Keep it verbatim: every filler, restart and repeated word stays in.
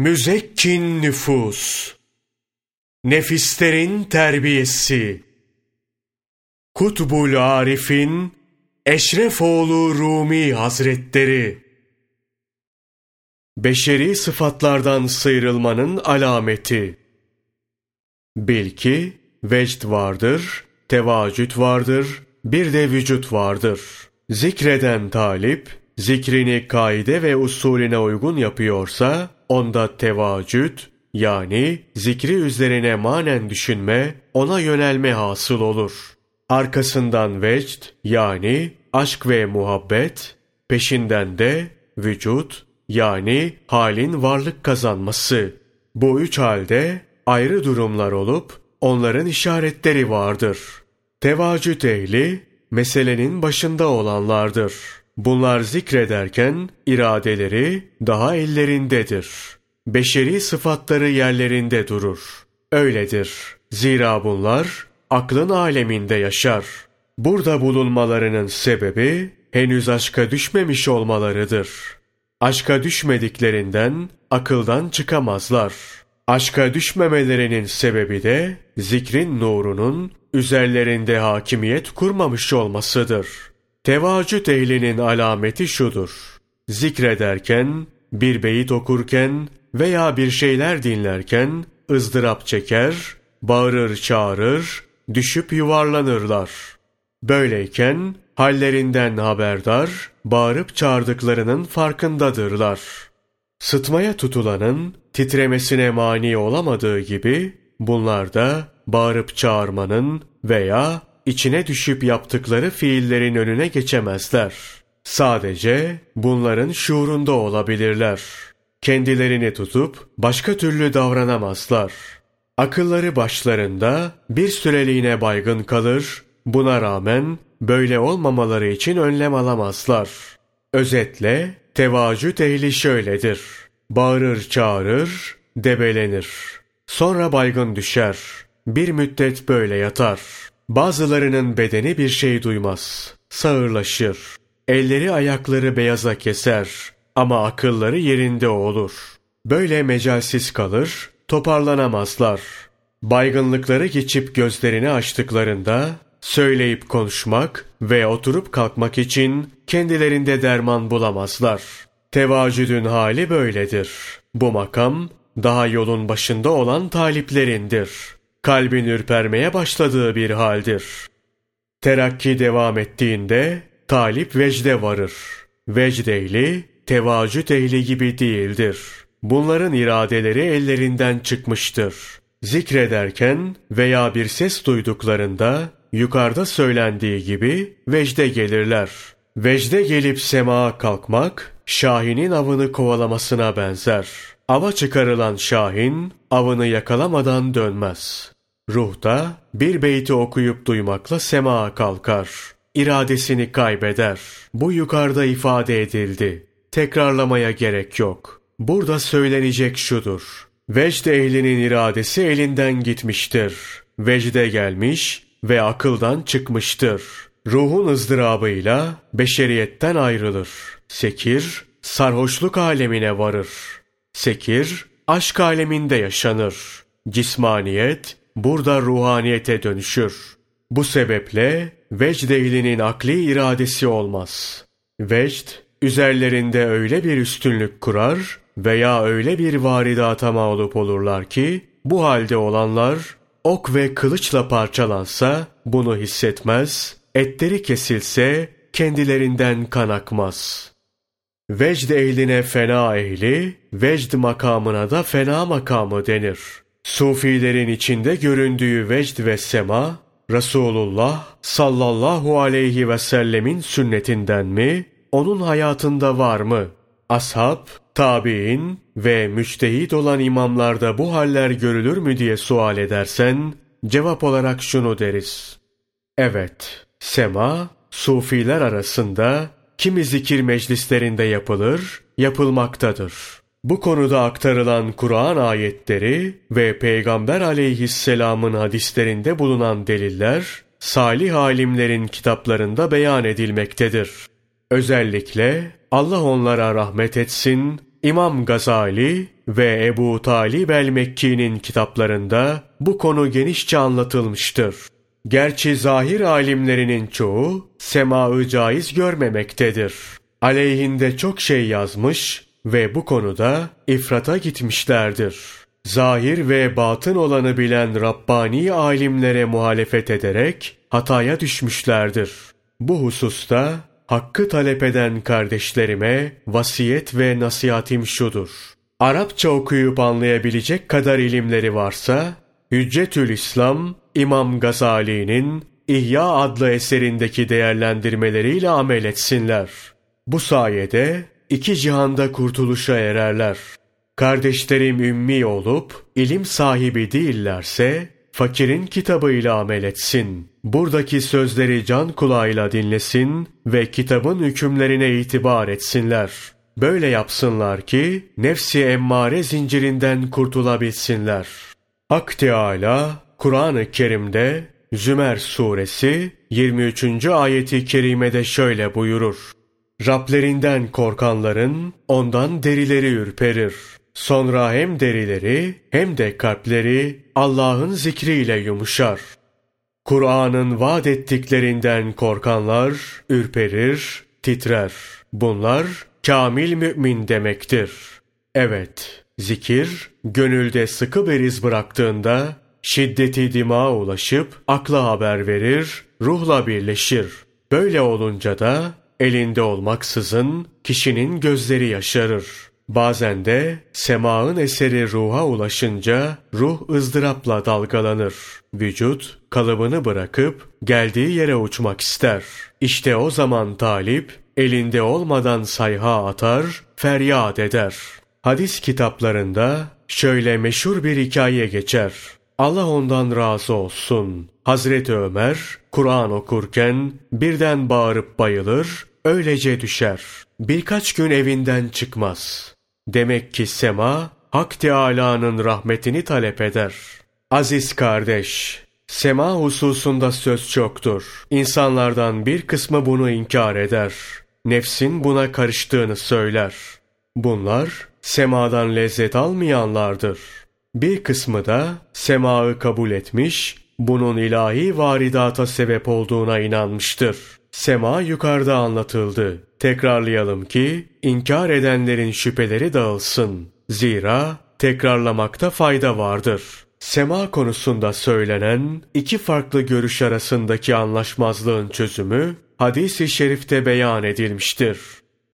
Müzekkin nüfus, nefislerin terbiyesi, Kutbul Arif'in Eşrefoğlu Rumi Hazretleri, beşeri sıfatlardan sıyrılmanın alameti. Bil ki vecd vardır, tevacüt vardır, bir de vücut vardır. Zikreden talip, zikrini kaide ve usulüne uygun yapıyorsa, onda tevacüt, yani zikri üzerine manen düşünme, ona yönelme hasıl olur. Arkasından vecd, yani aşk ve muhabbet, peşinden de vücut, yani halin varlık kazanması. Bu üç halde ayrı durumlar olup, onların işaretleri vardır. Tevacüt ehli, meselenin başında olanlardır. Bunlar zikrederken iradeleri daha ellerindedir. Beşeri sıfatları yerlerinde durur. Öyledir. Zira bunlar aklın aleminde yaşar. Burada bulunmalarının sebebi henüz aşka düşmemiş olmalarıdır. Aşka düşmediklerinden akıldan çıkamazlar. Aşka düşmemelerinin sebebi de zikrin nurunun üzerlerinde hakimiyet kurmamış olmasıdır. Tevacüt ehlinin alameti şudur: zikrederken, bir beyit okurken veya bir şeyler dinlerken ızdırap çeker, bağırır çağırır, düşüp yuvarlanırlar. Böyleyken hallerinden haberdar, bağırıp çağırdıklarının farkındadırlar. Sıtmaya tutulanın titremesine mani olamadığı gibi, bunlar da bağırıp çağırmanın veya içine düşüp yaptıkları fiillerin önüne geçemezler. Sadece bunların şuurunda olabilirler. Kendilerini tutup başka türlü davranamazlar. Akılları başlarında bir süreliğine baygın kalır, buna rağmen böyle olmamaları için önlem alamazlar. Özetle tevacüt ehli şöyledir: bağırır çağırır, debelenir. Sonra baygın düşer. Bir müddet böyle yatar. Bazılarının bedeni bir şey duymaz. Sağırlaşır. Elleri ayakları beyaza keser. Ama akılları yerinde olur. Böyle mecalsiz kalır, toparlanamazlar. Baygınlıkları geçip gözlerini açtıklarında, söyleyip konuşmak ve oturup kalkmak için kendilerinde derman bulamazlar. Tevacüdün hali böyledir. Bu makam, daha yolun başında olan taliplerindir. Kalbin ürpermeye başladığı bir haldir. Terakki devam ettiğinde, talip vecde varır. Vecd ehli, tevacüt ehli gibi değildir. Bunların iradeleri ellerinden çıkmıştır. Zikrederken veya bir ses duyduklarında, yukarıda söylendiği gibi vecde gelirler. Vecde gelip semaya kalkmak, şahinin avını kovalamasına benzer. Ava çıkarılan şahin, avını yakalamadan dönmez. Ruh da bir beyti okuyup duymakla semaya kalkar. İradesini kaybeder. Bu yukarıda ifade edildi. Tekrarlamaya gerek yok. Burada söylenecek şudur: vecd ehlinin iradesi elinden gitmiştir. Vecde gelmiş ve akıldan çıkmıştır. Ruhun ızdırabıyla beşeriyetten ayrılır. Sekir, sarhoşluk alemine varır. Sekir, aşk aleminde yaşanır. Cismaniyet, burada ruhaniyete dönüşür. Bu sebeple vecd ehlinin akli iradesi olmaz. Vecd, üzerlerinde öyle bir üstünlük kurar veya öyle bir varidata mağlup olurlar ki, bu halde olanlar, ok ve kılıçla parçalansa bunu hissetmez, etleri kesilse kendilerinden kan akmaz. Vecd ehline fena ehli, vecd makamına da fena makamı denir. Sufilerin içinde göründüğü vecd ve sema, Resulullah sallallahu aleyhi ve sellemin sünnetinden mi, onun hayatında var mı? Ashab, tabi'in ve müçtehid olan imamlarda bu haller görülür mü diye sual edersen, cevap olarak şunu deriz: evet, sema, sufiler arasında kimi zikir meclislerinde yapılır, yapılmaktadır. Bu konuda aktarılan Kur'an ayetleri ve Peygamber aleyhisselamın hadislerinde bulunan deliller, salih alimlerin kitaplarında beyan edilmektedir. Özellikle Allah onlara rahmet etsin, İmam Gazali ve Ebu Talib el-Mekki'nin kitaplarında bu konu genişçe anlatılmıştır. Gerçi zahir alimlerinin çoğu semaı caiz görmemektedir. Aleyhinde çok şey yazmış ve bu konuda ifrata gitmişlerdir. Zahir ve batın olanı bilen Rabbani alimlere muhalefet ederek hataya düşmüşlerdir. Bu hususta hakkı talep eden kardeşlerime vasiyet ve nasihatim şudur: Arapça okuyup anlayabilecek kadar ilimleri varsa, Hüccetül İslam, İmam Gazali'nin İhya adlı eserindeki değerlendirmeleriyle amel etsinler. Bu sayede iki cihanda kurtuluşa ererler. Kardeşlerim ümmi olup ilim sahibi değillerse, fakirin kitabıyla amel etsin. Buradaki sözleri can kulağıyla dinlesin ve kitabın hükümlerine itibar etsinler. Böyle yapsınlar ki nefsi emmare zincirinden kurtulabilsinler. Hak Teâlâ Kur'an-ı Kerim'de Zümer suresi yirmi üçüncü ayeti kerimede şöyle buyurur: Rablerinden korkanların ondan derileri ürperir. Sonra hem derileri hem de kalpleri Allah'ın zikriyle yumuşar. Kur'an'ın vaat ettiklerinden korkanlar ürperir, titrer. Bunlar kamil mümin demektir. Evet, zikir gönülde sıkı bir iz bıraktığında şiddeti dimağa ulaşıp akla haber verir, ruhla birleşir. Böyle olunca da elinde olmaksızın kişinin gözleri yaşarır. Bazen de semağın eseri ruha ulaşınca ruh ızdırapla dalgalanır. Vücut kalıbını bırakıp geldiği yere uçmak ister. İşte o zaman talip elinde olmadan sayha atar, feryat eder. Hadis kitaplarında şöyle meşhur bir hikaye geçer. Allah ondan razı olsun. Hazreti Ömer Kur'an okurken birden bağırıp bayılır, öylece düşer. Birkaç gün evinden çıkmaz. Demek ki sema Hak Teâlâ'nın rahmetini talep eder. Aziz kardeş, sema hususunda söz çoktur. İnsanlardan bir kısmı bunu inkar eder. Nefsin buna karıştığını söyler. Bunlar semadan lezzet almayanlardır. Bir kısmı da semaı kabul etmiş, bunun ilahi varidata sebep olduğuna inanmıştır. Sema yukarıda anlatıldı. Tekrarlayalım ki inkar edenlerin şüpheleri dağılsın. Zira tekrarlamakta fayda vardır. Sema konusunda söylenen iki farklı görüş arasındaki anlaşmazlığın çözümü hadis-i şerifte beyan edilmiştir.